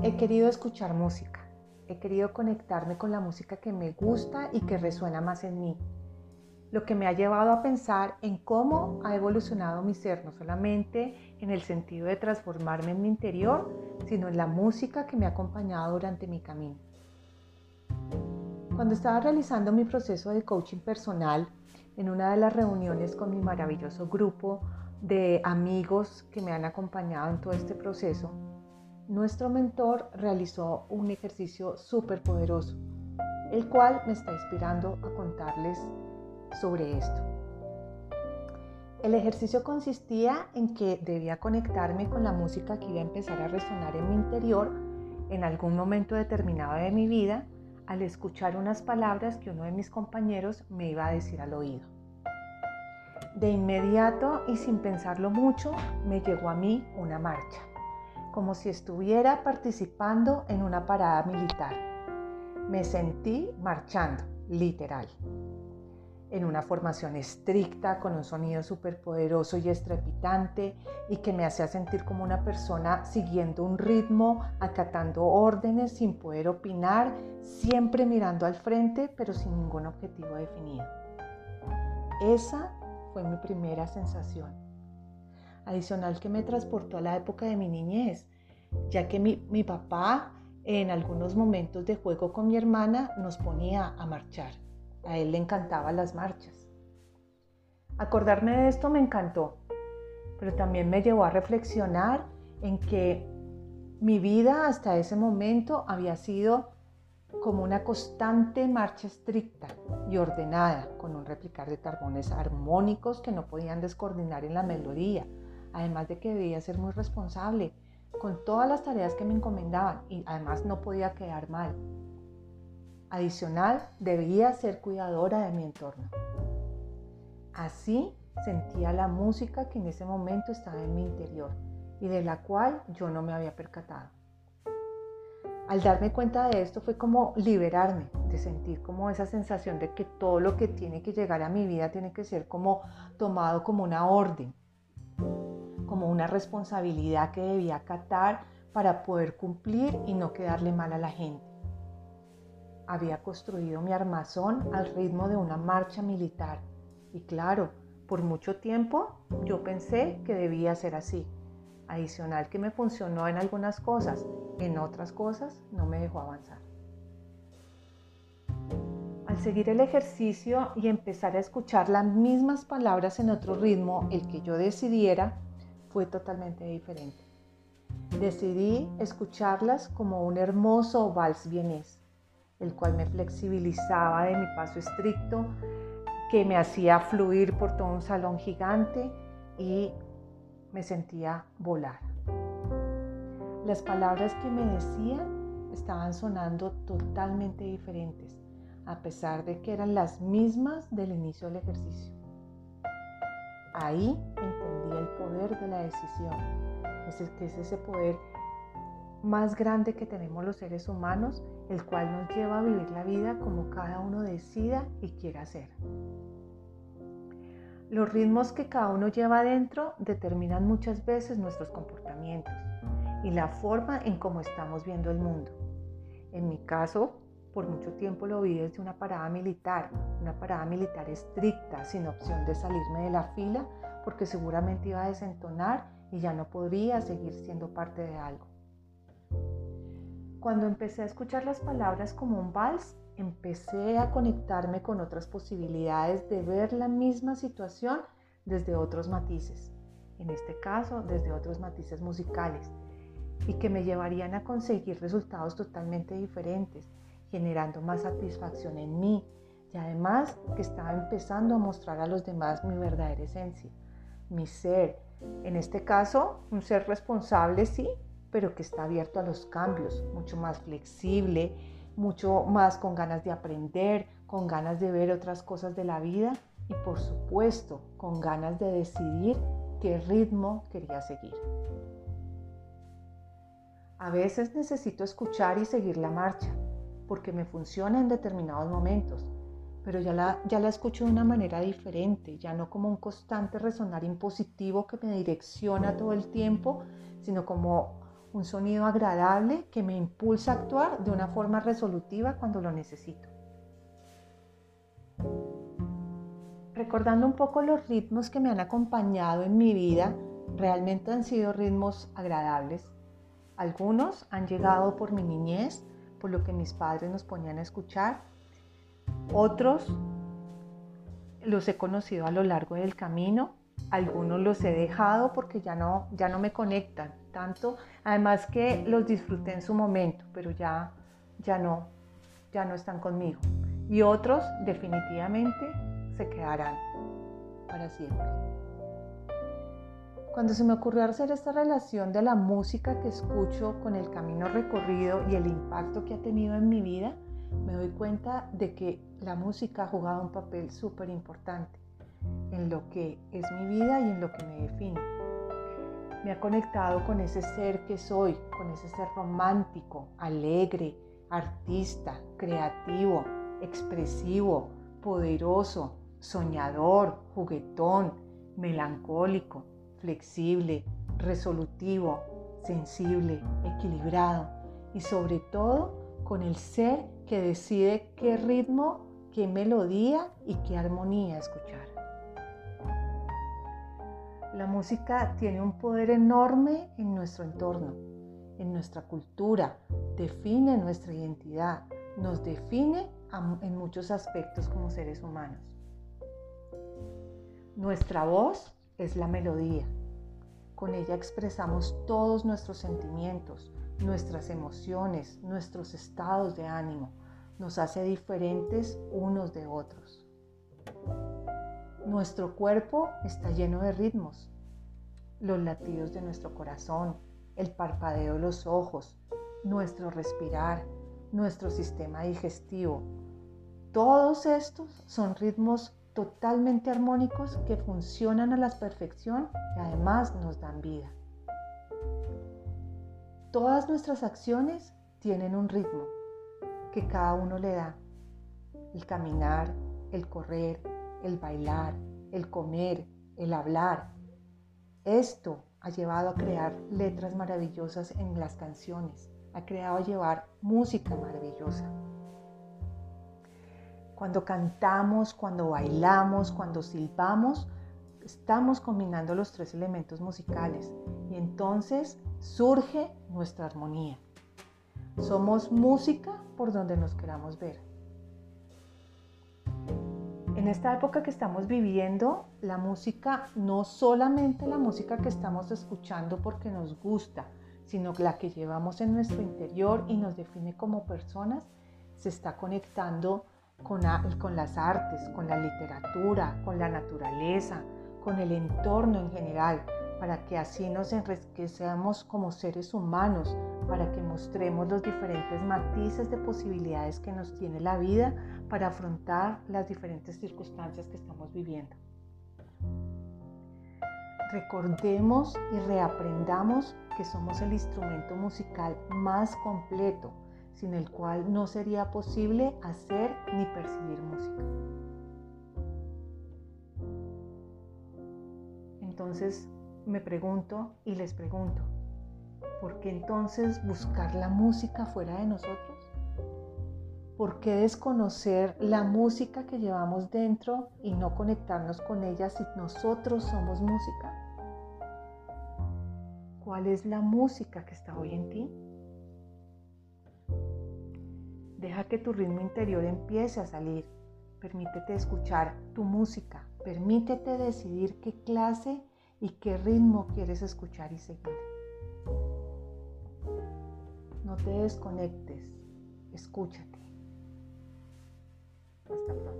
He querido escuchar música, he querido conectarme con la música que me gusta y que resuena más en mí, lo que me ha llevado a pensar en cómo ha evolucionado mi ser, no solamente en el sentido de transformarme en mi interior, sino en la música que me ha acompañado durante mi camino. Cuando estaba realizando mi proceso de coaching personal, en una de las reuniones con mi maravilloso grupo de amigos que me han acompañado en todo este proceso, nuestro mentor realizó un ejercicio súper poderoso, el cual me está inspirando a contarles sobre esto. El ejercicio consistía en que debía conectarme con la música que iba a empezar a resonar en mi interior en algún momento determinado de mi vida, al escuchar unas palabras que uno de mis compañeros me iba a decir al oído. De inmediato y sin pensarlo mucho, me llegó a mí una marcha, como si estuviera participando en una parada militar. Me sentí marchando, literal, en una formación estricta, con un sonido súper poderoso y estrepitante, y que me hacía sentir como una persona siguiendo un ritmo, acatando órdenes sin poder opinar, siempre mirando al frente, pero sin ningún objetivo definido. Esa fue mi primera sensación. Adicional, que me transportó a la época de mi niñez, ya que mi papá en algunos momentos de juego con mi hermana nos ponía a marchar. A él le encantaban las marchas. Acordarme de esto me encantó, pero también me llevó a reflexionar en que mi vida hasta ese momento había sido como una constante marcha estricta y ordenada, con un replicar de tarbones armónicos que no podían descoordinar en la melodía, además de que debía ser muy responsable con todas las tareas que me encomendaban y además no podía quedar mal. Adicional, debía ser cuidadora de mi entorno. Así sentía la música que en ese momento estaba en mi interior y de la cual yo no me había percatado. Al darme cuenta de esto fue como liberarme, de sentir como esa sensación de que todo lo que tiene que llegar a mi vida tiene que ser como tomado como una orden, como una responsabilidad que debía acatar para poder cumplir y no quedarle mal a la gente. Había construido mi armazón al ritmo de una marcha militar y claro, por mucho tiempo yo pensé que debía ser así. Adicional, que me funcionó en algunas cosas, en otras cosas no me dejó avanzar. Al seguir el ejercicio y empezar a escuchar las mismas palabras en otro ritmo, el que yo decidiera fue totalmente diferente. Decidí escucharlas como un hermoso vals vienés, el cual me flexibilizaba de mi paso estricto, que me hacía fluir por todo un salón gigante y me sentía volar. Las palabras que me decían estaban sonando totalmente diferentes, a pesar de que eran las mismas del inicio del ejercicio. Ahí entendí el poder de la decisión, que es ese poder más grande que tenemos los seres humanos, el cual nos lleva a vivir la vida como cada uno decida y quiera hacer. Los ritmos que cada uno lleva adentro determinan muchas veces nuestros comportamientos y la forma en cómo estamos viendo el mundo. En mi caso, por mucho tiempo lo vi desde una parada militar estricta, sin opción de salirme de la fila, porque seguramente iba a desentonar y ya no podría seguir siendo parte de algo. Cuando empecé a escuchar las palabras como un vals, empecé a conectarme con otras posibilidades de ver la misma situación desde otros matices, en este caso desde otros matices musicales, y que me llevarían a conseguir resultados totalmente diferentes, generando más satisfacción en mí y además que estaba empezando a mostrar a los demás mi verdadera esencia, mi ser, en este caso un ser responsable, sí, pero que está abierto a los cambios, mucho más flexible, mucho más con ganas de aprender, con ganas de ver otras cosas de la vida y por supuesto con ganas de decidir qué ritmo quería seguir. A veces necesito escuchar y seguir la marcha porque me funciona en determinados momentos, pero ya la escucho de una manera diferente, ya no como un constante resonar impositivo que me direcciona todo el tiempo, sino como un sonido agradable que me impulsa a actuar de una forma resolutiva cuando lo necesito. Recordando un poco los ritmos que me han acompañado en mi vida, realmente han sido ritmos agradables. Algunos han llegado por mi niñez, por lo que mis padres nos ponían a escuchar. Otros los he conocido a lo largo del camino. Algunos los he dejado porque ya no me conectan tanto. Además que los disfruté en su momento, pero ya no están conmigo. Y otros definitivamente se quedarán para siempre. Cuando se me ocurrió hacer esta relación de la música que escucho con el camino recorrido y el impacto que ha tenido en mi vida, me doy cuenta de que la música ha jugado un papel súper importante en lo que es mi vida y en lo que me define. Me ha conectado con ese ser que soy, con ese ser romántico, alegre, artista, creativo, expresivo, poderoso, soñador, juguetón, melancólico, flexible, resolutivo, sensible, equilibrado y sobre todo con el ser que decide qué ritmo, qué melodía y qué armonía escuchar. La música tiene un poder enorme en nuestro entorno, en nuestra cultura, define nuestra identidad, nos define en muchos aspectos como seres humanos. Nuestra voz es la melodía. Con ella expresamos todos nuestros sentimientos, nuestras emociones, nuestros estados de ánimo. Nos hace diferentes unos de otros. Nuestro cuerpo está lleno de ritmos. Los latidos de nuestro corazón, el parpadeo de los ojos, nuestro respirar, nuestro sistema digestivo. Todos estos son ritmos totalmente armónicos que funcionan a la perfección y además nos dan vida. Todas nuestras acciones tienen un ritmo que cada uno le da. El caminar, el correr, el bailar, el comer, el hablar. Esto ha llevado a crear letras maravillosas en las canciones, ha creado a llevar música maravillosa. Cuando cantamos, cuando bailamos, cuando silbamos, estamos combinando los tres elementos musicales y entonces surge nuestra armonía. Somos música por donde nos queramos ver. En esta época que estamos viviendo, la música, no solamente la música que estamos escuchando porque nos gusta, sino la que llevamos en nuestro interior y nos define como personas, se está conectando con las artes, con la literatura, con la naturaleza, con el entorno en general, para que así nos enriquezcamos como seres humanos, para que mostremos los diferentes matices de posibilidades que nos tiene la vida para afrontar las diferentes circunstancias que estamos viviendo. Recordemos y reaprendamos que somos el instrumento musical más completo, sin el cual no sería posible hacer ni percibir música. Entonces me pregunto y les pregunto, ¿por qué entonces buscar la música fuera de nosotros? ¿Por qué desconocer la música que llevamos dentro y no conectarnos con ella si nosotros somos música? ¿Cuál es la música que está hoy en ti? Deja que tu ritmo interior empiece a salir. Permítete escuchar tu música. Permítete decidir qué clase y qué ritmo quieres escuchar y seguir. No te desconectes. Escúchate. Hasta pronto.